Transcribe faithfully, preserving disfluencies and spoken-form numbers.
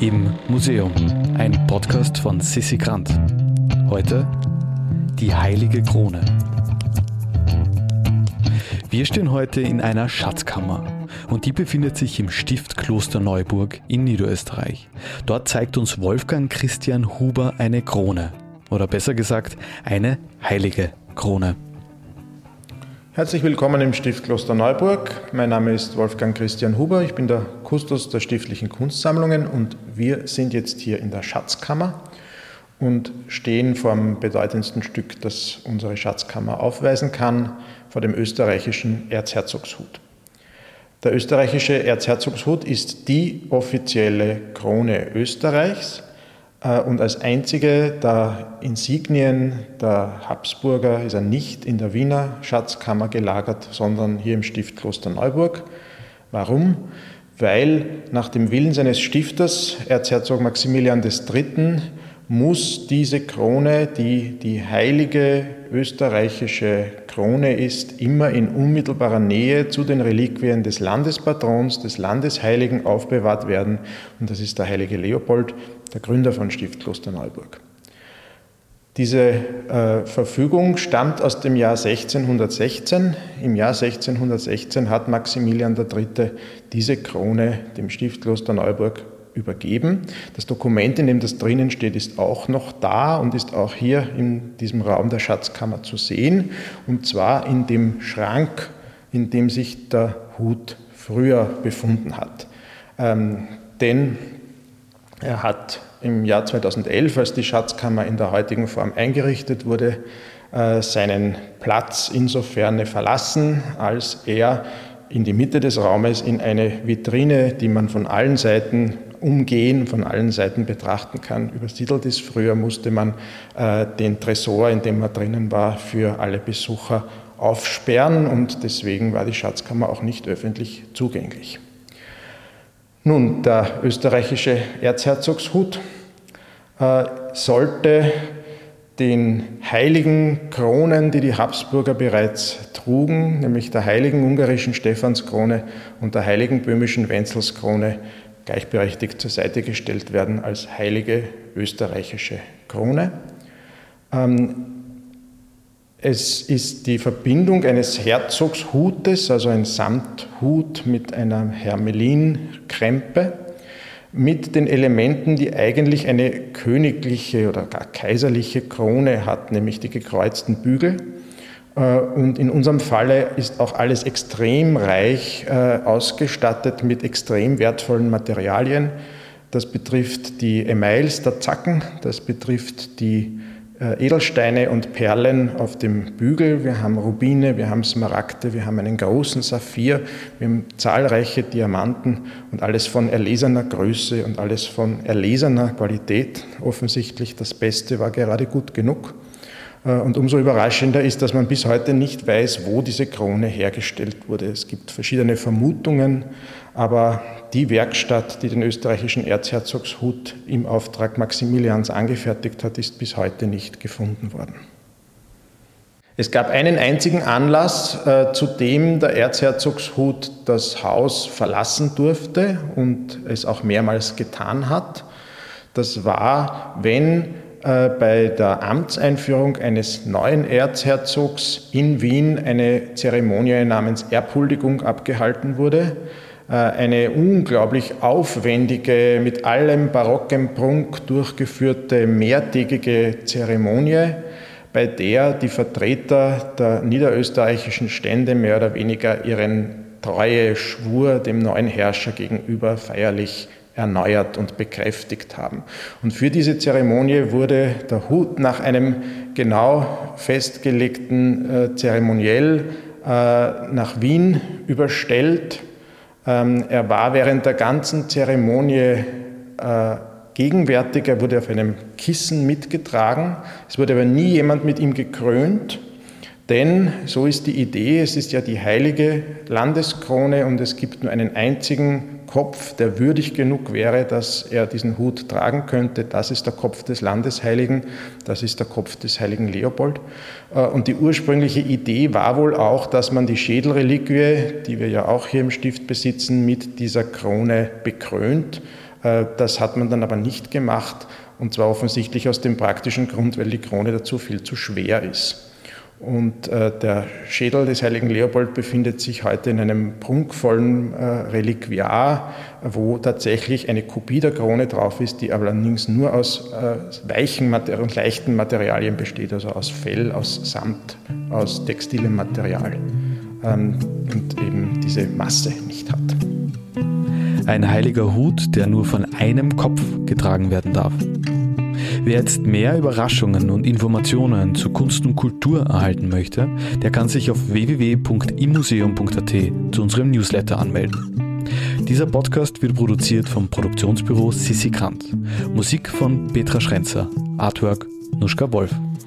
Im Museum, ein Podcast von Sissi Grant. Heute die Heilige Krone. Wir stehen heute in einer Schatzkammer und die befindet sich im Stift Klosterneuburg in Niederösterreich. Dort zeigt uns Wolfgang Christian Huber eine Krone, oder besser gesagt eine heilige Krone. Herzlich willkommen im Stift Klosterneuburg. Mein Name ist Wolfgang Christian Huber, ich bin der Kustos der stiftlichen Kunstsammlungen und wir sind jetzt hier in der Schatzkammer und stehen vor dem bedeutendsten Stück, das unsere Schatzkammer aufweisen kann, vor dem österreichischen Erzherzogshut. Der österreichische Erzherzogshut ist die offizielle Krone Österreichs und als einzige der Insignien der Habsburger ist er nicht in der Wiener Schatzkammer gelagert, sondern hier im Stift Klosterneuburg. Warum? Weil nach dem Willen seines Stifters, Erzherzog Maximilian der Dritte., muss diese Krone, die die heilige österreichische Krone ist, immer in unmittelbarer Nähe zu den Reliquien des Landespatrons, des Landesheiligen aufbewahrt werden. Und das ist der heilige Leopold, der Gründer von Stift Klosterneuburg. Diese äh, Verfügung stammt aus dem Jahr sechzehnhundertsechzehn. Im Jahr sechzehnhundertsechzehn hat Maximilian der Dritte diese Krone dem Stift Klosterneuburg übergeben. Das Dokument, in dem das drinnen steht, ist auch noch da und ist auch hier in diesem Raum der Schatzkammer zu sehen. Und zwar in dem Schrank, in dem sich der Hut früher befunden hat. Ähm, denn er hat im Jahr zweitausendelf, als die Schatzkammer in der heutigen Form eingerichtet wurde, äh, seinen Platz insofern verlassen, als er in die Mitte des Raumes in eine Vitrine, die man von allen Seiten umgehen, von allen Seiten betrachten kann, übersiedelt ist. Früher musste man äh, den Tresor, in dem er drinnen war, für alle Besucher aufsperren und deswegen war die Schatzkammer auch nicht öffentlich zugänglich. Nun, der österreichische Erzherzogshut äh, sollte den heiligen Kronen, die die Habsburger bereits trugen, nämlich der heiligen ungarischen Stephanskrone und der heiligen böhmischen Wenzelskrone, gleichberechtigt zur Seite gestellt werden als heilige österreichische Krone. Es ist die Verbindung eines Herzogshutes, also ein Samthut mit einer Hermelinkrempe, mit den Elementen, die eigentlich eine königliche oder gar kaiserliche Krone hat, nämlich die gekreuzten Bügel. Und in unserem Falle ist auch alles extrem reich ausgestattet mit extrem wertvollen Materialien. Das betrifft die Emails der Zacken, das betrifft die Edelsteine und Perlen auf dem Bügel. Wir haben Rubine, wir haben Smaragde, wir haben einen großen Saphir, wir haben zahlreiche Diamanten und alles von erlesener Größe und alles von erlesener Qualität. Offensichtlich das Beste war gerade gut genug. Und umso überraschender ist, dass man bis heute nicht weiß, wo diese Krone hergestellt wurde. Es gibt verschiedene Vermutungen, aber die Werkstatt, die den österreichischen Erzherzogshut im Auftrag Maximilians angefertigt hat, ist bis heute nicht gefunden worden. Es gab einen einzigen Anlass, äh, zu dem der Erzherzogshut das Haus verlassen durfte und es auch mehrmals getan hat. Das war, wenn bei der Amtseinführung eines neuen Erzherzogs in Wien eine Zeremonie namens Erbhuldigung abgehalten wurde. Eine unglaublich aufwendige, mit allem barocken Prunk durchgeführte mehrtägige Zeremonie, bei der die Vertreter der niederösterreichischen Stände mehr oder weniger ihren Treueschwur dem neuen Herrscher gegenüber feierlich erneuert und bekräftigt haben. Und für diese Zeremonie wurde der Hut nach einem genau festgelegten äh, Zeremoniell äh, nach Wien überstellt. Ähm, er war während der ganzen Zeremonie äh, gegenwärtig, er wurde auf einem Kissen mitgetragen. Es wurde aber nie jemand mit ihm gekrönt, denn so ist die Idee, es ist ja die heilige Landeskrone und es gibt nur einen einzigen Kopf, der würdig genug wäre, dass er diesen Hut tragen könnte. Das ist der Kopf des Landesheiligen, das ist der Kopf des heiligen Leopold. Und die ursprüngliche Idee war wohl auch, dass man die Schädelreliquie, die wir ja auch hier im Stift besitzen, mit dieser Krone bekrönt. Das hat man dann aber nicht gemacht, und zwar offensichtlich aus dem praktischen Grund, weil die Krone dazu viel zu schwer ist. Und äh, der Schädel des heiligen Leopold befindet sich heute in einem prunkvollen äh, Reliquiar, wo tatsächlich eine Kopie der Krone drauf ist, die allerdings nur aus äh, weichen Mater- und leichten Materialien besteht, also aus Fell, aus Samt, aus textilem Material ähm, und eben diese Masse nicht hat. Ein heiliger Hut, der nur von einem Kopf getragen werden darf. Wer jetzt mehr Überraschungen und Informationen zu Kunst und Kultur erhalten möchte, der kann sich auf w w w punkt imuseum punkt a t zu unserem Newsletter anmelden. Dieser Podcast wird produziert vom Produktionsbüro Sissi Grant. Musik von Petra Schrenzer, Artwork Nuschka Wolf.